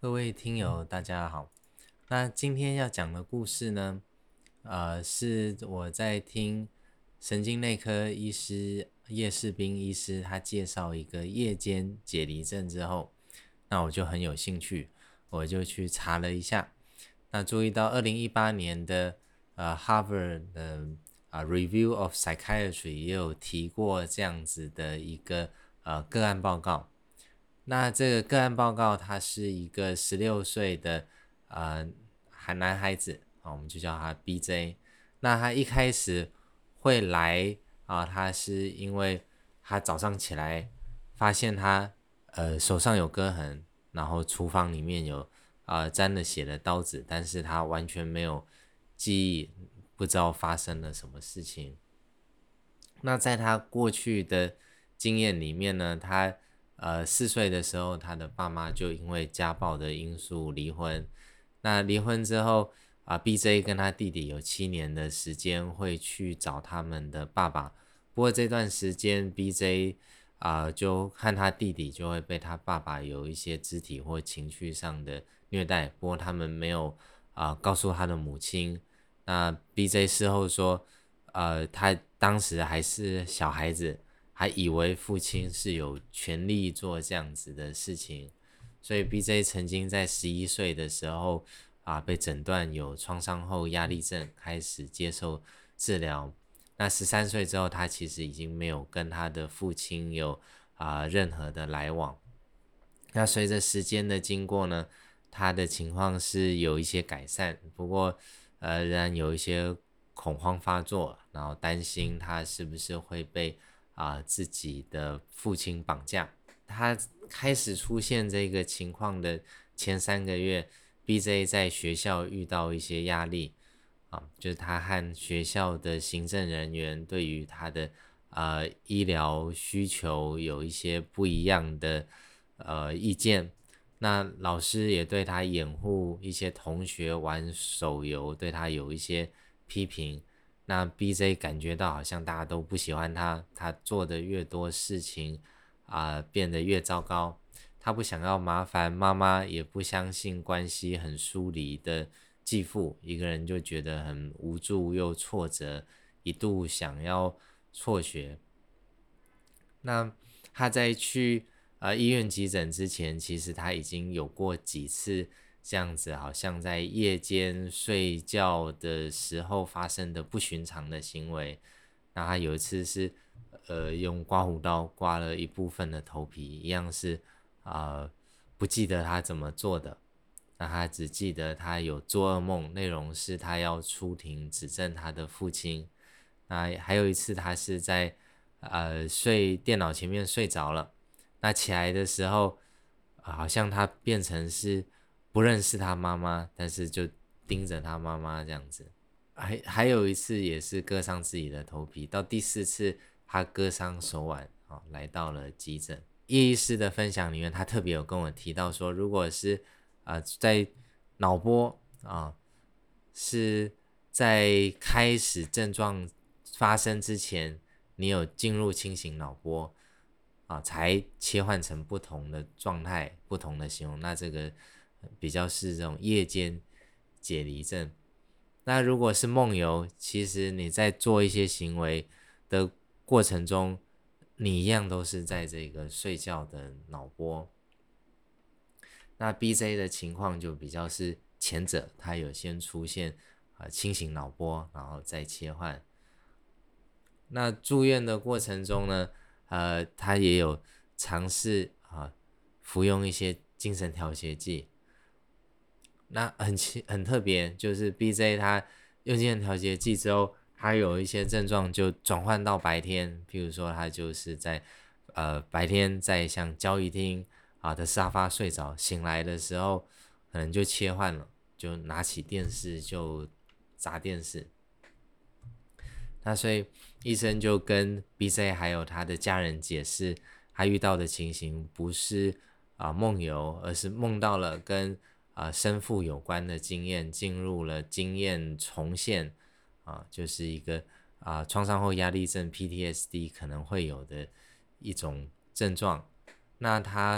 各位听友，大家好。那今天要讲的故事呢，是我在听神经内科医师叶世斌医师他介绍一个夜间解离症之后，那我就很有兴趣，我就去查了一下。那注意到2018年的Harvard 的Review of Psychiatry 也有提过这样子的一个个案报告。那这个个案报告，他是一个16岁的男孩子，我们就叫他 BJ。那他一开始会来他是因为他早上起来发现他手上有割痕，然后厨房里面有沾了血的刀子，但是他完全没有记忆，不知道发生了什么事情。那在他过去的经验里面呢，他4岁的时候，他的爸妈就因为家暴的因素离婚。那离婚之后BJ 跟他弟弟有7年的时间会去找他们的爸爸。不过这段时间 BJ 就和他弟弟就会被他爸爸有一些肢体或情绪上的虐待，不过他们没有告诉他的母亲。那 BJ 事后说他当时还是小孩子，还以为父亲是有权利做这样子的事情，所以 BJ 曾经在11岁的时候被诊断有创伤后压力症，开始接受治疗。那13岁之后，他其实已经没有跟他的父亲有任何的来往。那随着时间的经过呢，他的情况是有一些改善，不过仍然有一些恐慌发作，然后担心他是不是会被自己的父亲绑架。他开始出现这个情况的前3个月，BJ 在学校遇到一些压力就是他和学校的行政人员对于他的医疗需求有一些不一样的意见。那老师也对他掩护一些同学玩手游，对他有一些批评。那 BJ 感觉到好像大家都不喜欢他，他做的越多事情变得越糟糕。他不想要麻烦妈妈，也不相信关系很疏离的继父，一个人就觉得很无助又挫折，一度想要辍学。那他在去医院急诊之前，其实他已经有过几次这样子，好像在夜间睡觉的时候发生的不寻常的行为。那他有一次是用刮胡刀刮了一部分的头皮，一样是不记得他怎么做的。那他只记得他有做噩梦，内容是他要出庭指证他的父亲。那还有一次他是在睡电脑前面睡着了，那起来的时候好像他变成是不认识他妈妈，但是就盯着他妈妈这样子。还有一次也是割伤自己的头皮，到第4次他割伤手腕来到了急诊。叶医师的分享里面，他特别有跟我提到说，如果是在脑波是在开始症状发生之前，你有进入清醒脑波才切换成不同的状态、不同的形容，那这个比较是这种夜间解离症。那如果是梦游，其实你在做一些行为的过程中，你一样都是在这个睡觉的脑波。那 BJ 的情况就比较是前者，他有先出现清醒脑波，然后再切换。那住院的过程中呢，他也有尝试服用一些精神调节剂。那很特别，就是 BJ 他用精神调节剂之后，他有一些症状就转换到白天，譬如说他就是在白天在像交易厅的沙发睡着，醒来的时候可能就切换了，就拿起电视就砸电视。那所以医生就跟 BJ 还有他的家人解释，他遇到的情形不是梦游，而是梦到了跟生父有关的经验，进入了经验重现就是一个创伤后压力症 PTSD 可能会有的一种症状。那他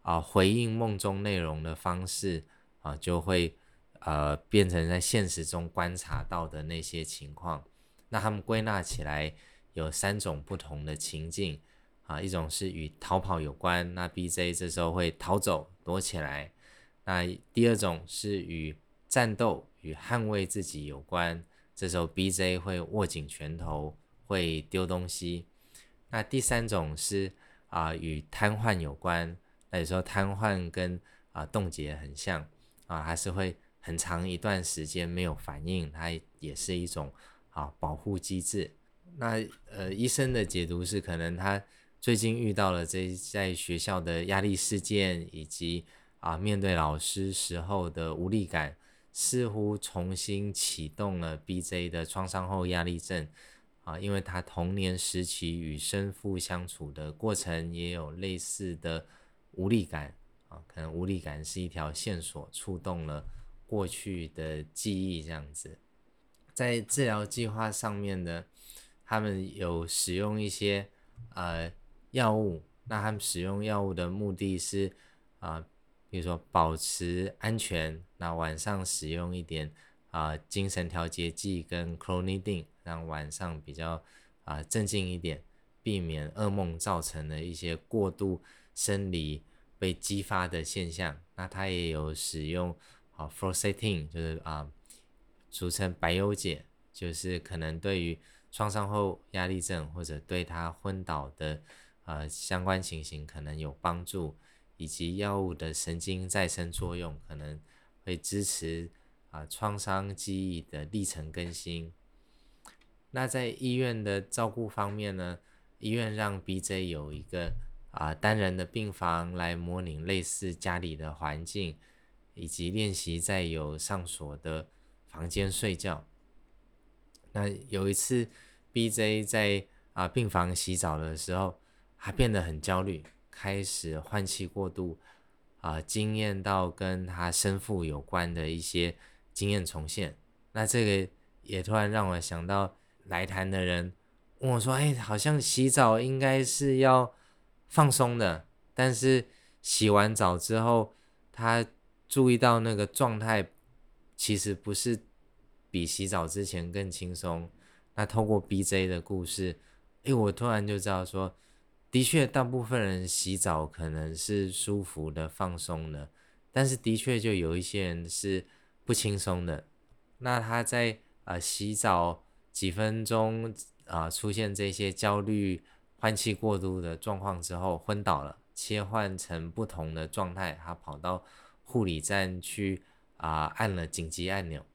回应梦中内容的方式就会变成在现实中观察到的那些情况。那他们归纳起来有3种不同的情境一种是与逃跑有关，那 BJ 这时候会逃走躲起来。那第二种是与战斗与捍卫自己有关，这时候 BJ 会握紧拳头，会丢东西。那第3种是与瘫痪有关，那有时候瘫痪跟冻结很像它是会很长一段时间没有反应，它也是一种保护机制。那医生的解读是可能他最近遇到了在学校的压力事件，以及面对老师时候的无力感，似乎重新启动了 BJ 的创伤后压力症因为他童年时期与生父相处的过程也有类似的无力感可能无力感是一条线索，触动了过去的记忆这样子。在治疗计划上面呢，他们有使用一些药物，那他们使用药物的目的是比如说保持安全，那晚上使用一点精神调节剂跟 clonidine， 让晚上比较镇静一点，避免噩梦造成的一些过度生理被激发的现象。那他也有使用fluoxetine， 就是俗称百忧解，就是可能对于创伤后压力症或者对他昏倒的相关情形可能有帮助，以及药物的神经再生作用可能会支持创伤记忆的历程更新。那在医院的照顾方面呢，医院让 BJ 有一个单人的病房来模拟类似家里的环境，以及练习在有上锁的房间睡觉。那有一次 BJ 在病房洗澡的时候，他变得很焦虑，开始换气过度经验到跟他生父有关的一些经验重现。那这个也突然让我想到来谈的人问我说好像洗澡应该是要放松的，但是洗完澡之后他注意到那个状态其实不是比洗澡之前更轻松。那透过 BJ 的故事我突然就知道说，的确大部分人洗澡可能是舒服的放松的，但是的确就有一些人是不轻松的。那他在洗澡几分钟出现这些焦虑换气过度的状况之后昏倒了，切换成不同的状态，他跑到护理站去按了紧急按钮。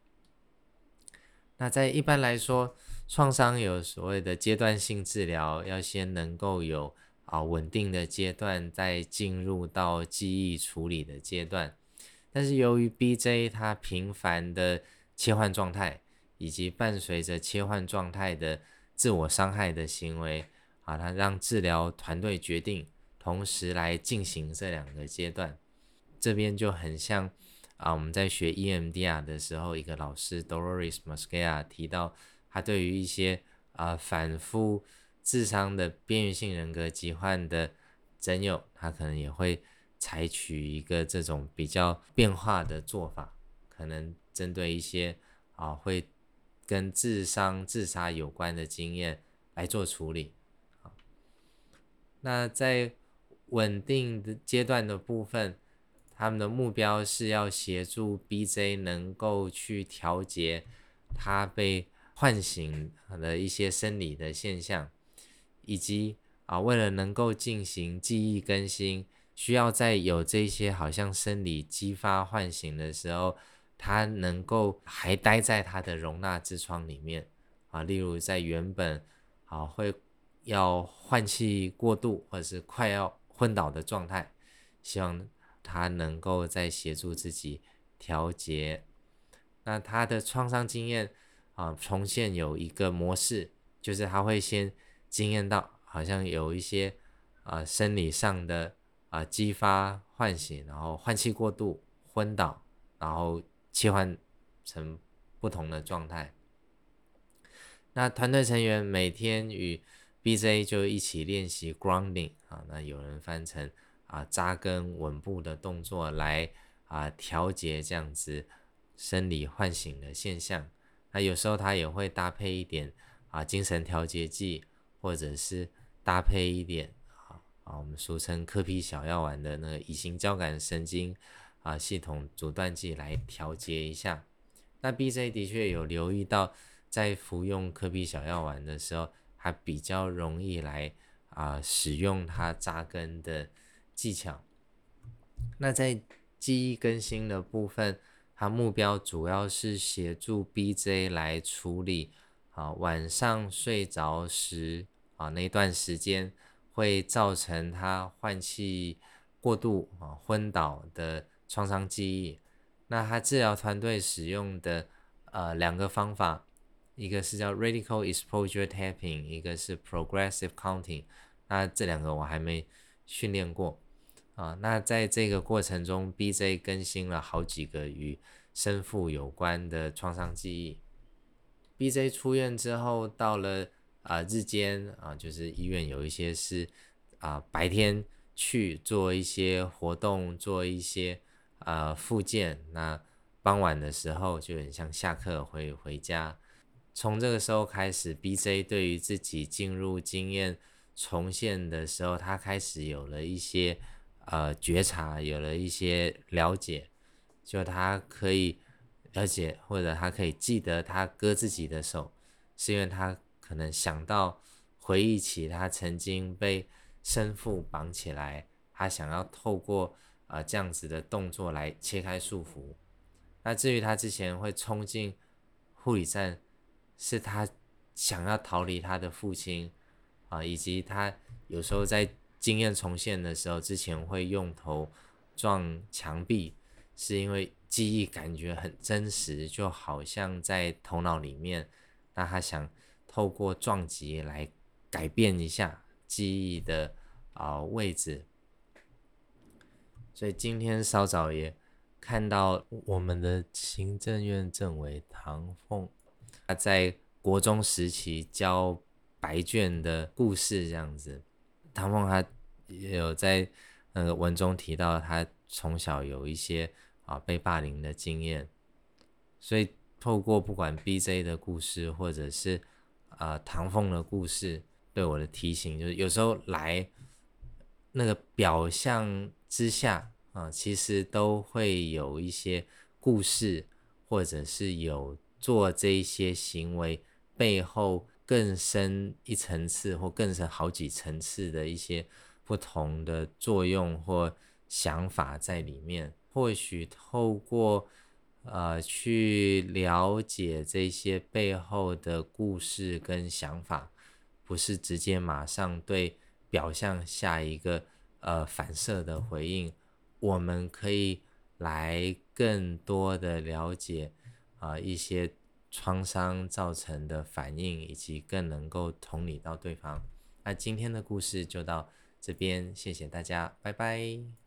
那在一般来说，创伤有所谓的阶段性治疗，要先能够有稳定的阶段，再进入到记忆处理的阶段。但是由于 BJ 它频繁的切换状态，以及伴随着切换状态的自我伤害的行为它让治疗团队决定同时来进行这2个阶段。这边就很像我们在学 EMDR 的时候，一个老师 Dolores Mosqueda 提到，他对于一些反复自伤的边缘性人格疾患的诊友，他可能也会采取一个这种比较变化的做法，可能针对一些会跟自伤自杀有关的经验来做处理。那在稳定的阶段的部分，他们的目标是要协助 BJ 能够去调节他被唤醒的一些生理的现象，以及为了能够进行记忆更新，需要在有这些好像生理激发唤醒的时候，他能够还待在他的容纳之窗里面例如在原本会要换气过度或者是快要昏倒的状态，希望他能够再协助自己调节。那他的创伤经验重现有一个模式，就是他会先经验到好像有一些生理上的激发唤醒，然后换气过度昏倒，然后切换成不同的状态。那团队成员每天与 BJ 就一起练习 grounding那有人翻成扎根稳步的动作来调节这样子生理唤醒的现象。那有时候它也会搭配一点精神调节剂，或者是搭配一点我们俗称柯 P 小药丸的那个乙型交感神经系统阻断剂来调节一下。那 BJ 的确有留意到，在服用柯 P 小药丸的时候，它比较容易来使用它扎根的技巧。那在记忆更新的部分，它目标主要是协助 BJ 来处理晚上睡着时那段时间会造成他换气过度昏倒的创伤记忆。那他治疗团队使用的2个方法，一个是叫 Radical Exposure Tapping， 一个是 Progressive Counting。那这2个我还没训练过那在这个过程中 BJ 更新了好几个与生父有关的创伤记忆。BJ 出院之后到了日间就是医院有一些是白天去做一些活动，做一些复健，那傍晚的时候就很像下课回家。从这个时候开始 BJ 对于自己进入经验重现的时候，他开始有了一些觉察，有了一些了解，就他可以了解，或者他可以记得他割自己的手，是因为他可能想到回忆起他曾经被生父绑起来，他想要透过这样子的动作来切开束缚。那至于他之前会冲进护理站，是他想要逃离他的父亲以及他有时候在经验重现的时候，之前会用头撞墙壁，是因为记忆感觉很真实，就好像在头脑里面。那他想透过撞击来改变一下记忆的位置。所以今天稍早也看到我们的行政院政委唐凤，他在国中时期教白卷的故事这样子。唐凤他也有在那个文中提到，他从小有一些被霸凌的经验，所以透过不管 BJ 的故事，或者是唐凤的故事，对我的提醒就是，有时候来那个表象之下其实都会有一些故事，或者是有做这一些行为背后更深一层次或更深好几层次的一些不同的作用或想法在里面。或许透过去了解这些背后的故事跟想法，不是直接马上对表象下一个反射的回应，我们可以来更多的了解一些创伤造成的反应，以及更能够同理到对方。那今天的故事就到这边，谢谢大家，拜拜。